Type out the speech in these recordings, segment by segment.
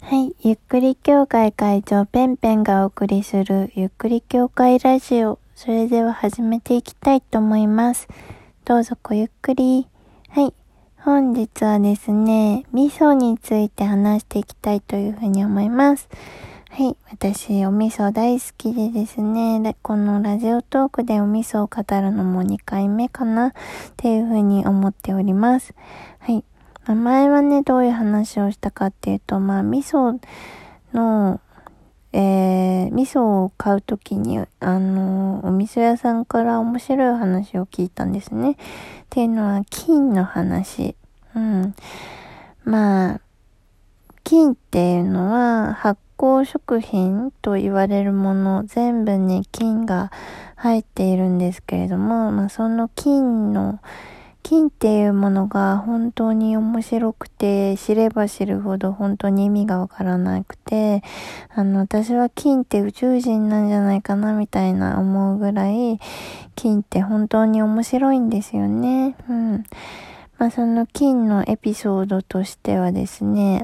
はい、ゆっくり協会会長ペンペンがお送りするゆっくり協会ラジオ。それでは始めていきたいと思います。どうぞごゆっくり。はい、本日はですね、味噌について話していきたいというふうに思います。はい、私お味噌大好きでですね、このラジオトークでお味噌を語るのも2回目かなっていうふうに思っております。はい。前はね、どういう話をしたかっていうと、味噌の、味噌を買うときに、お味噌屋さんから面白い話を聞いたんですね。っていうのは、菌の話。菌っていうのは、発酵食品と言われるもの、全部に菌が入っているんですけれども、その菌っていうものが本当に面白くて、知れば知るほど本当に意味がわからなくて、私は菌って宇宙人なんじゃないかなみたいな思うぐらい、菌って本当に面白いんですよね。その菌のエピソードとしてはですね、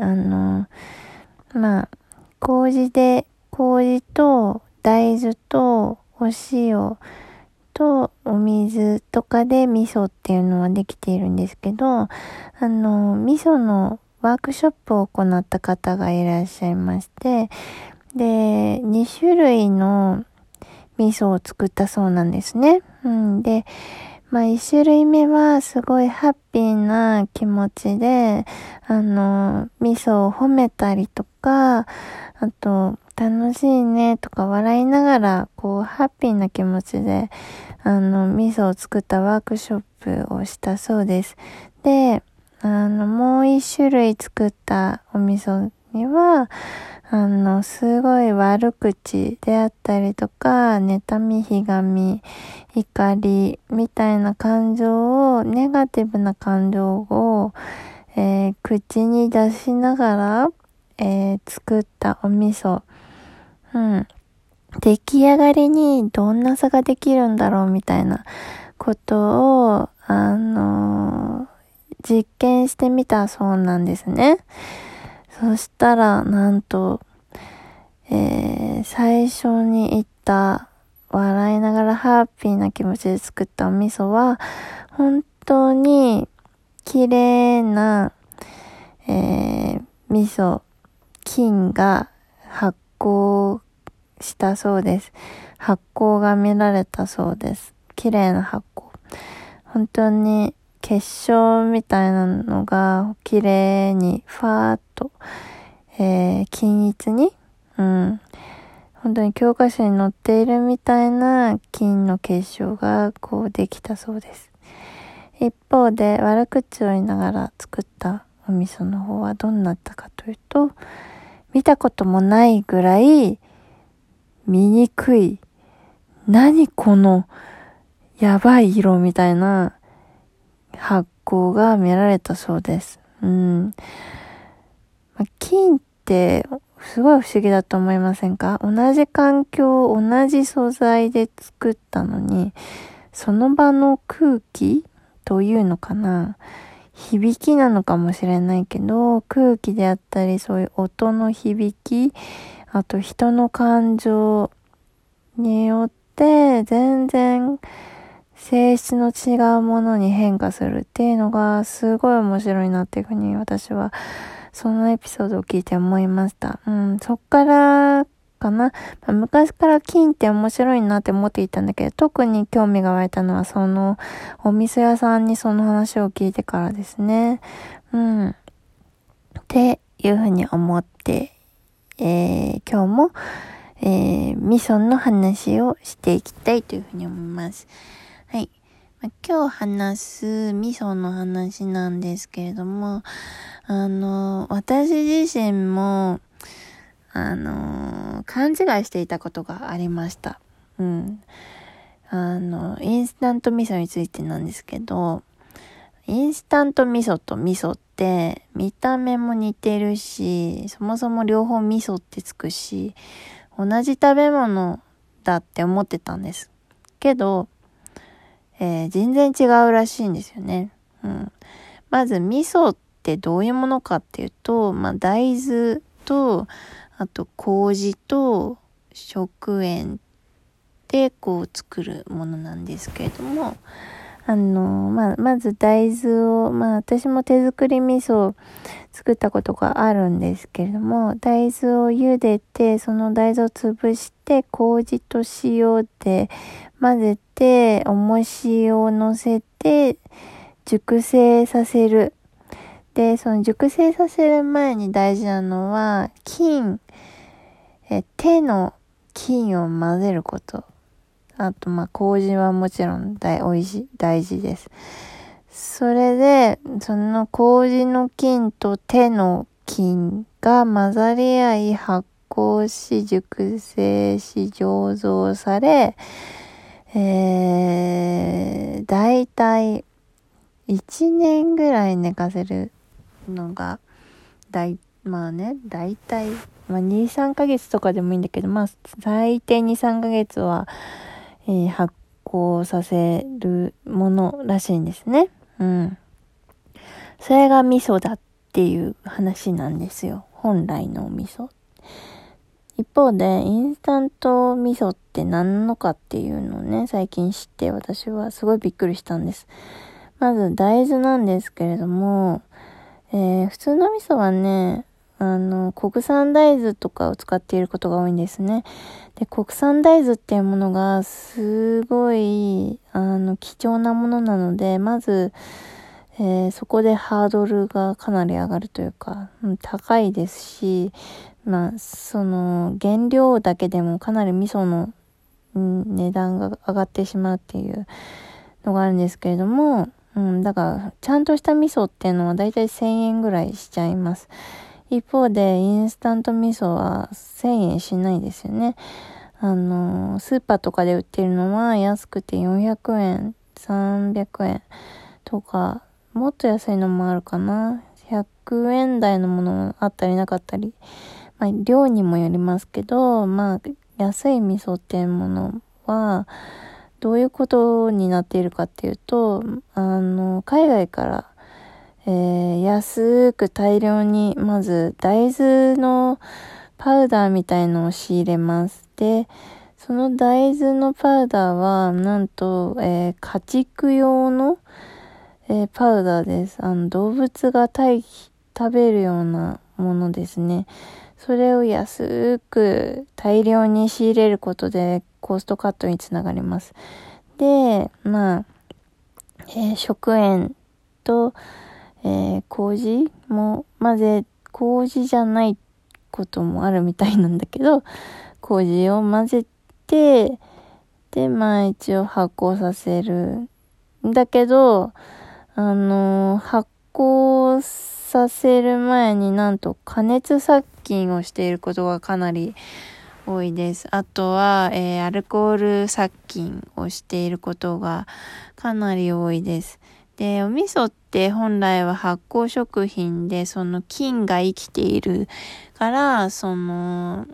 麹と大豆とお塩とお水とかで味噌っていうのはできているんですけど、味噌のワークショップを行った方がいらっしゃいまして、で、2種類の味噌を作ったそうなんですね。で、1種類目はすごいハッピーな気持ちで、味噌を褒めたりとか、あと、楽しいねとか笑いながら、ハッピーな気持ちで、味噌を作ったワークショップをしたそうです。で、もう一種類作ったお味噌には、すごい悪口であったりとか、妬み、ひがみ、怒りみたいな感情を、ネガティブな感情を、口に出しながら、作ったお味噌。出来上がりにどんな差ができるんだろうみたいなことを、実験してみたそうなんですね。そしたら、なんと、最初に言った笑いながらハッピーな気持ちで作ったお味噌は、本当に綺麗な、味噌、菌が発酵したそうです。発酵が見られたそうです。綺麗な発酵。本当に結晶みたいなのが綺麗にファーっと、均一に、本当に教科書に載っているみたいな菌の結晶ができたそうです。一方で悪口を言いながら作ったお味噌の方はどうなったかというと、見たこともないぐらい醜い、何このやばい色みたいな発酵が見られたそうです。菌ってすごい不思議だと思いませんか？同じ環境、同じ素材で作ったのに、その場の空気というのかな、響きなのかもしれないけど、空気であったり、そういう音の響き、あと人の感情によって全然性質の違うものに変化するっていうのがすごい面白いなっていうふうに私はそのエピソードを聞いて思いました。そっからかな。昔から菌って面白いなって思っていたんだけど、特に興味が湧いたのはそのお味噌屋さんにその話を聞いてからですね。っていうふうに思って、今日も、味噌の話をしていきたいというふうに思います。はい。今日話す味噌の話なんですけれども、私自身も、勘違いしていたことがありました。インスタント味噌についてなんですけど、インスタント味噌と味噌って見た目も似てるし、そもそも両方味噌ってつくし、同じ食べ物だって思ってたんです。けど、全然違うらしいんですよね。まず味噌ってどういうものかっていうと、大豆と、あと麹と食塩でこう作るものなんですけれども、まず大豆を、私も手作り味噌を作ったことがあるんですけれども、大豆を茹でて、その大豆を潰して、麹と塩で混ぜて、重しを乗せて、熟成させる。で、その熟成させる前に大事なのは、手の菌を混ぜること。あと、麹はもちろん大事です。それで、その麹の菌と手の菌が混ざり合い、発酵し、熟成し、醸造され、だいたい1年ぐらい寝かせるのが、だいたい、2、3ヶ月とかでもいいんだけど、最低2、3ヶ月は、発酵させるものらしいんですね。それが味噌だっていう話なんですよ。本来のお味噌。一方で、インスタント味噌って何なのかっていうのをね、最近知って私はすごいびっくりしたんです。まず大豆なんですけれども、普通の味噌はね、国産大豆とかを使っていることが多いんですね。で、国産大豆っていうものがすごい、貴重なものなので、まず、そこでハードルがかなり上がるというか、高いですし、その原料だけでもかなり味噌の、値段が上がってしまうっていうのがあるんですけれども、だからちゃんとした味噌っていうのはだいたい1000円ぐらいしちゃいます。一方でインスタント味噌は1000円しないですよね。スーパーとかで売ってるのは安くて400円、300円とか、もっと安いのもあるかな。100円台のものもあったりなかったり。量にもよりますけど、安い味噌っていうものは、どういうことになっているかっていうと、海外から、安く大量に、まず大豆のパウダーみたいのを仕入れます。で、その大豆のパウダーは、なんと、家畜用の、パウダーです。動物が食べるようなものですね。それを安く大量に仕入れることでコストカットにつながります。で、食塩と、麹も麹じゃないこともあるみたいなんだけど、麹を混ぜて、で、一応発酵させる。だけど、発酵させる前になんと加熱殺菌をしていることがかなり多いです。あとは、アルコール殺菌をしていることがかなり多いです。で、お味噌って本来は発酵食品で、その菌が生きているから、腸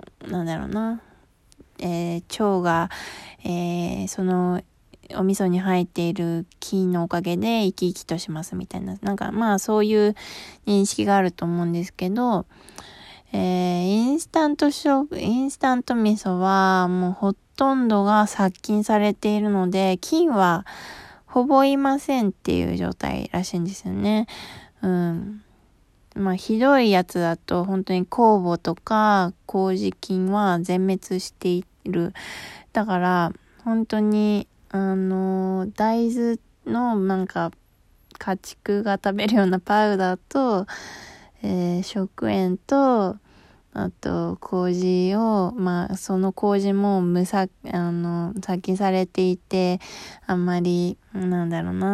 が、そのお味噌に入っている菌のおかげで生き生きとしますみたいな、そういう認識があると思うんですけど、インスタント味噌はもうほとんどが殺菌されているので、菌はほぼいませんっていう状態らしいんですよね。ひどいやつだと本当に酵母とか麹菌は全滅している。だから本当に大豆の家畜が食べるようなパウダーと、食塩と、あと麹を、その麹も殺菌されていて、あんまり、本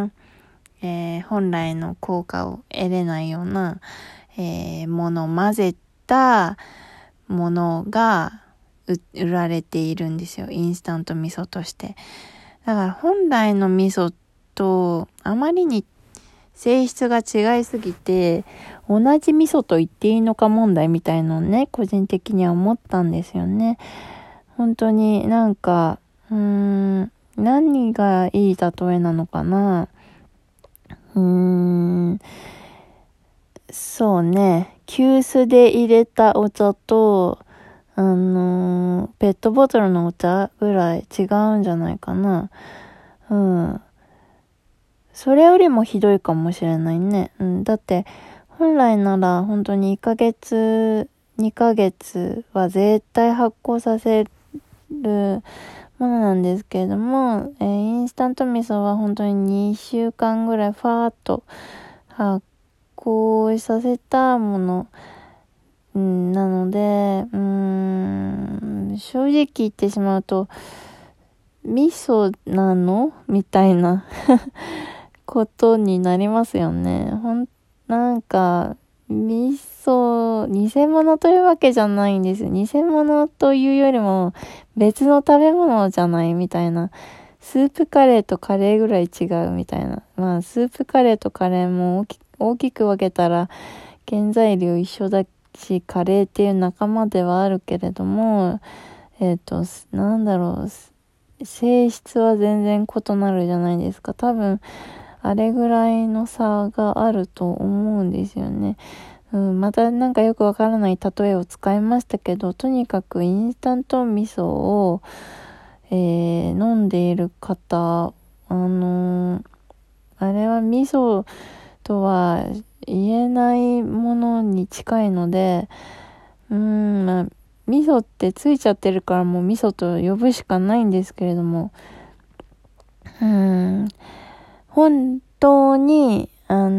来の効果を得れないような、ものを混ぜたものが売られているんですよ。インスタント味噌として。だから本来の味噌とあまりに性質が違いすぎて、同じ味噌と言っていいのか問題みたいのをね、個人的には思ったんですよね。本当に何がいい例えなのかな。 そうね、急須で入れたお茶と、ペットボトルのお茶ぐらい違うんじゃないかな。うん。それよりもひどいかもしれないね。うん。だって、本来なら本当に1ヶ月、2ヶ月は絶対発酵させるものなんですけれども、インスタント味噌は本当に2週間ぐらいファーっと発酵させたもの、なので、正直言ってしまうと、味噌なのみたいなことになりますよね。なんか、味噌、偽物というわけじゃないんですよ。偽物というよりも別の食べ物じゃないみたいな。スープカレーとカレーぐらい違うみたいな。まあ、スープカレーとカレーも大きく分けたら原材料一緒だし、カレーっていう仲間ではあるけれども、なんだろう、性質は全然異なるじゃないですか。多分、あれぐらいの差があると思うんですよね。またなんかよくわからない例えを使いましたけど、とにかくインスタント味噌を、飲んでいる方、あれは味噌とは言えないものに近いので、まあ、味噌ってついちゃってるからもう味噌と呼ぶしかないんですけれども、本当に、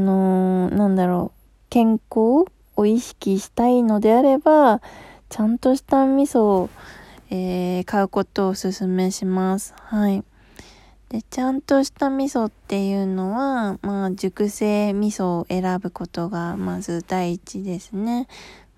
健康を意識したいのであれば、ちゃんとした味噌を、買うことをお勧めします。はい。で、ちゃんとした味噌っていうのは、まあ、熟成味噌を選ぶことがまず第一ですね。